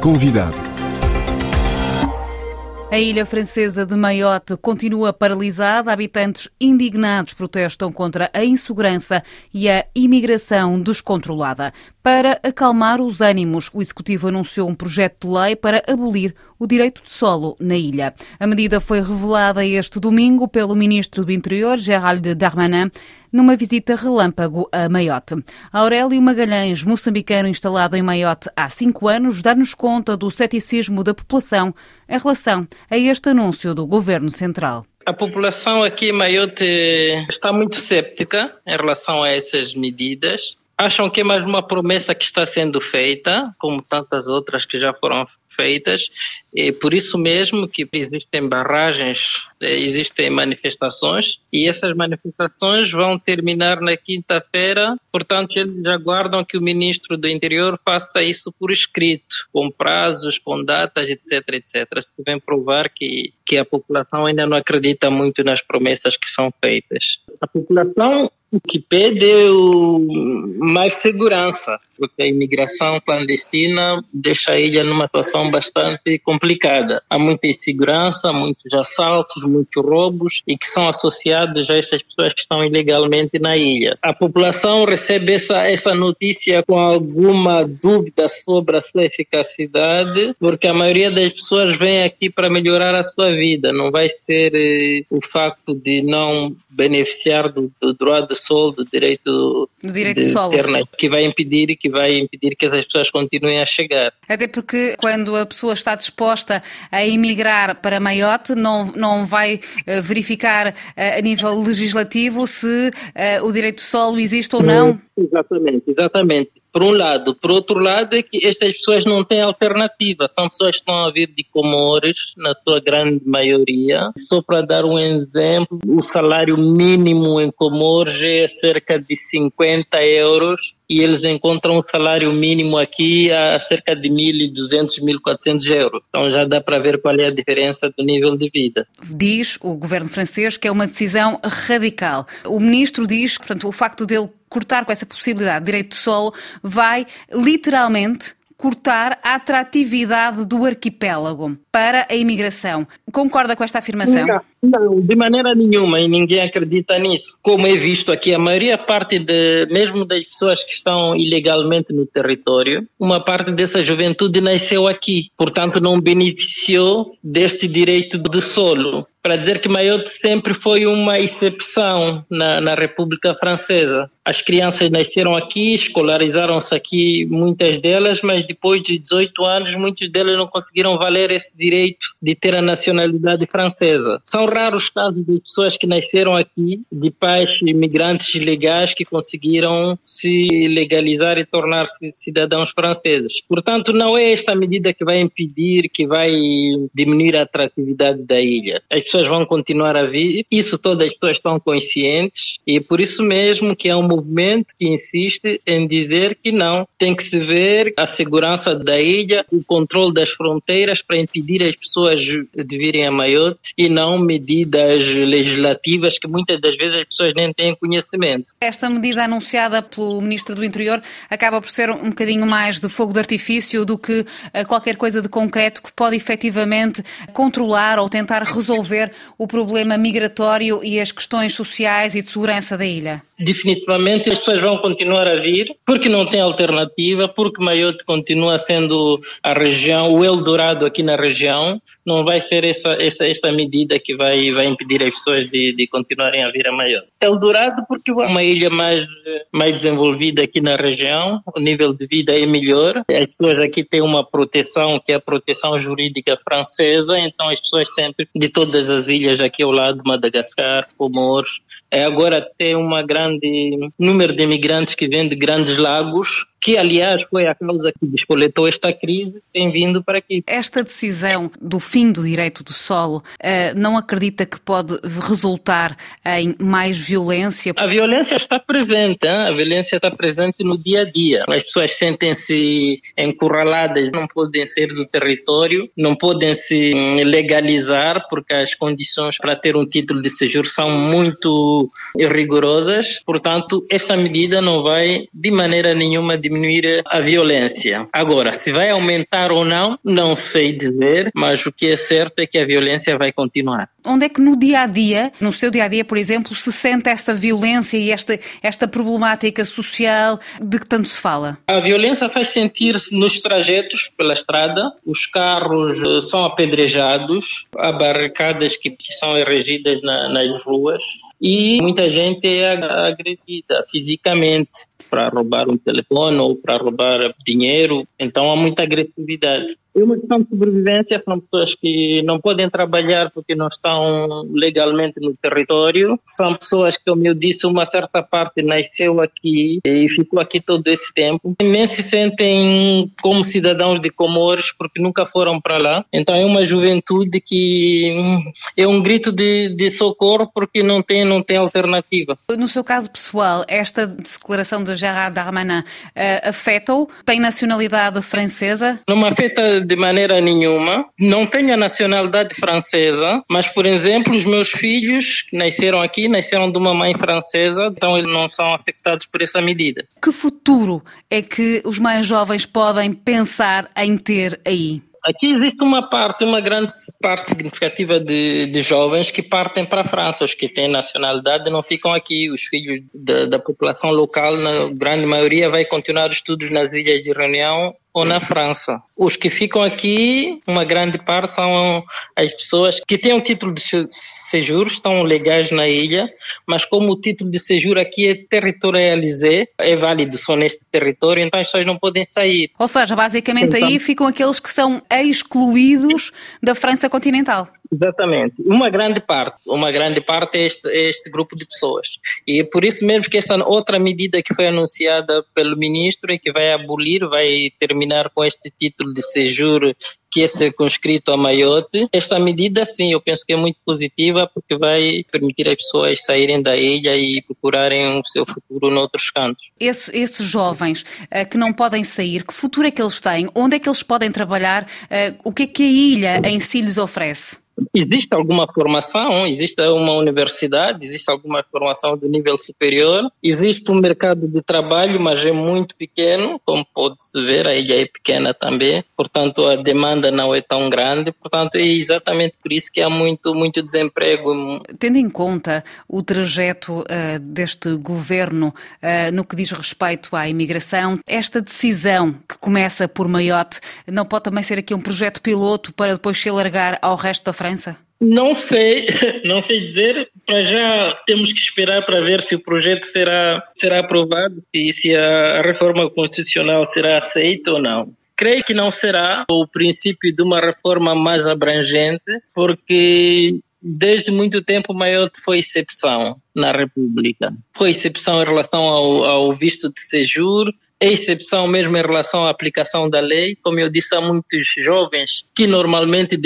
Convidado. A ilha francesa de Mayotte continua paralisada. Habitantes indignados protestam contra a insegurança e a imigração descontrolada. Para acalmar os ânimos, o Executivo anunciou um projeto de lei para abolir o direito de solo na ilha. A medida foi revelada este domingo pelo Ministro do Interior, Gérald Darmanin, numa visita relâmpago a Mayotte. Aurélio Magalhães, moçambicano instalado em Mayotte há 5 anos, dá-nos conta do ceticismo da população em relação a este anúncio do Governo Central. A população aqui em Mayotte está muito céptica em relação a essas medidas. Acham que é mais uma promessa que está sendo feita, como tantas outras que já foram feitas, e por isso mesmo que existem barragens, existem manifestações, e essas manifestações vão terminar na quinta-feira. Portanto, eles aguardam que o Ministro do Interior faça isso por escrito, com prazos, com datas, etc, etc. Se vem provar que a população ainda não acredita muito nas promessas que são feitas. A população o que pede é mais segurança, porque a imigração clandestina deixa a ilha numa situação bastante complicada. Há muita insegurança, muitos assaltos, muitos roubos e que são associados a essas pessoas que estão ilegalmente na ilha. A população recebe essa notícia com alguma dúvida sobre a sua eficacidade, porque a maioria das pessoas vem aqui para melhorar a sua vida. Não vai ser o facto de não beneficiar do droit de sol, do direito de solo, que vai impedir que essas pessoas continuem a chegar. Até porque quando a pessoa está disposta a emigrar para Mayotte, não vai verificar a nível legislativo se o direito de solo existe ou não. Exatamente. Por um lado. Por outro lado é que estas pessoas não têm alternativa. São pessoas que estão a vir de Comores, na sua grande maioria. Só para dar um exemplo, o salário mínimo em Comores é cerca de 50 euros e eles encontram o salário mínimo aqui a cerca de 1.200, 1.400 euros. Então já dá para ver qual é a diferença do nível de vida. Diz o governo francês que é uma decisão radical. O ministro diz que, portanto, o facto dele cortar com essa possibilidade de direito de solo vai literalmente cortar a atratividade do arquipélago para a imigração. Concorda com esta afirmação? Não, de maneira nenhuma, e ninguém acredita nisso. Como é visto aqui, a maioria parte mesmo das pessoas que estão ilegalmente no território, uma parte dessa juventude nasceu aqui, portanto não beneficiou deste direito de solo. Para dizer que Mayotte sempre foi uma exceção na República Francesa. As crianças nasceram aqui, escolarizaram-se aqui, muitas delas, mas depois de 18 anos, muitos delas não conseguiram valer esse direito de ter a nacionalidade francesa. São raros casos de pessoas que nasceram aqui, de pais imigrantes legais que conseguiram se legalizar e tornar-se cidadãos franceses. Portanto, não é esta medida que vai impedir, que vai diminuir a atratividade da ilha. As pessoas vão continuar a vir, isso todas as pessoas estão conscientes e por isso mesmo que é um movimento que insiste em dizer que não, tem que se ver a segurança da ilha, o controle das fronteiras para impedir as pessoas de virem a Mayotte e não medidas legislativas que muitas das vezes as pessoas nem têm conhecimento. Esta medida anunciada pelo Ministro do Interior acaba por ser um bocadinho mais de fogo de artifício do que qualquer coisa de concreto que pode efetivamente controlar ou tentar resolver o problema migratório e as questões sociais e de segurança da ilha. Definitivamente as pessoas vão continuar a vir porque não tem alternativa, porque Mayotte continua sendo a região, o Eldorado aqui na região. Não vai ser esta medida que vai impedir as pessoas de continuarem a vir a Mayotte. Eldorado porque é uma ilha mais desenvolvida aqui na região, o nível de vida é melhor. As pessoas aqui têm uma proteção que é a proteção jurídica francesa, então as pessoas sempre de todas as ilhas aqui ao lado, Madagascar, Comores, agora tem uma grande número de imigrantes que vêm de grandes lagos, que aliás foi a causa que despoletou esta crise, tem vindo para aqui. Esta decisão do fim do direito do solo não acredita que pode resultar em mais violência? A violência está presente, a violência está presente no dia a dia. As pessoas sentem-se encurraladas, não podem sair do território, não podem se legalizar porque as condições para ter um título de séjour são muito rigorosas. Portanto, esta medida não vai de maneira nenhuma diminuir diminuir a violência. Agora, se vai aumentar ou não, não sei dizer, mas o que é certo é que a violência vai continuar. Onde é que no dia-a-dia, no seu dia-a-dia, por exemplo, se sente esta violência e esta problemática social de que tanto se fala? A violência faz sentir-se nos trajetos pela estrada, os carros são apedrejados, há barricadas que são erigidas nas ruas e muita gente é agredida fisicamente para roubar um telefone ou para roubar dinheiro, então há muita agressividade. É uma questão de sobrevivência, são pessoas que não podem trabalhar porque não estão legalmente no território, são pessoas que, como eu disse, uma certa parte nasceu aqui e ficou aqui todo esse tempo. Nem se sentem como cidadãos de Comores porque nunca foram para lá, então é uma juventude que é um grito de socorro porque não tem alternativa. No seu caso pessoal, esta declaração de Gérald Darmanin afeta-o? Tem nacionalidade francesa? Não me afeta de maneira nenhuma. Não tenho a nacionalidade francesa, mas, por exemplo, os meus filhos que nasceram aqui, nasceram de uma mãe francesa, então eles não são afetados por essa medida. Que futuro é que os mais jovens podem pensar em ter aí? Aqui existe uma grande parte significativa de jovens que partem para a França. Os que têm nacionalidade não ficam aqui. Os filhos da população local, na grande maioria, vai continuar os estudos nas Ilhas de Réunion ou na França. Os que ficam aqui, uma grande parte, são as pessoas que têm um título de séjour, estão legais na ilha, mas como o título de séjour aqui é territorializé, é válido só neste território, então as pessoas não podem sair. Ou seja, basicamente então, aí ficam aqueles que são excluídos da França continental. Exatamente. Uma grande parte é este grupo de pessoas. E é por isso mesmo que essa outra medida que foi anunciada pelo ministro é que vai abolir, vai terminar com este título de séjour que é circunscrito a Mayotte. Esta medida, sim, eu penso que é muito positiva porque vai permitir às pessoas saírem da ilha e procurarem o seu futuro noutros cantos. Esses jovens que não podem sair, que futuro é que eles têm? Onde é que eles podem trabalhar? O que é que a ilha em si lhes oferece? Existe alguma formação, existe uma universidade, existe alguma formação de nível superior, existe um mercado de trabalho, mas é muito pequeno, como pode-se ver, a ilha é pequena também, portanto a demanda não é tão grande, portanto é exatamente por isso que há muito desemprego. Tendo em conta o trajeto deste governo no que diz respeito à imigração, esta decisão que começa por Mayotte não pode também ser aqui um projeto piloto para depois se alargar ao resto da França? Não sei dizer. Para já temos que esperar para ver se o projeto será aprovado e se a reforma constitucional será aceita ou não. Creio que não será o princípio de uma reforma mais abrangente, porque desde muito tempo Mayotte foi exceção na República. Foi exceção em relação ao visto de séjour, é exceção mesmo em relação à aplicação da lei. Como eu disse, há muitos jovens que normalmente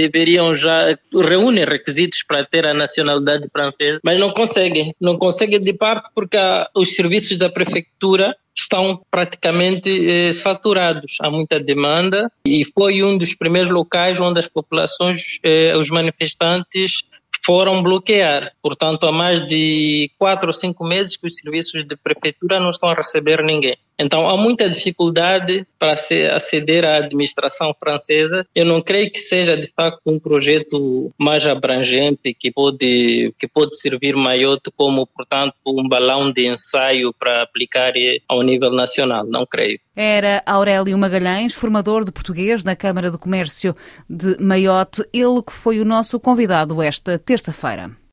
já reúnem requisitos para ter a nacionalidade francesa, mas não conseguem de parte porque os serviços da prefeitura estão praticamente saturados. Há muita demanda e foi um dos primeiros locais onde as populações, os manifestantes, foram bloquear. Portanto, há mais de 4 ou 5 meses que os serviços de prefeitura não estão a receber ninguém. Então, há muita dificuldade para aceder à administração francesa. Eu não creio que seja, de facto, um projeto mais abrangente que pode servir Mayotte como, portanto, um balão de ensaio para aplicar ao nível nacional. Não creio. Era Aurélio Magalhães, formador de português na Câmara de Comércio de Mayotte, ele que foi o nosso convidado esta terça-feira.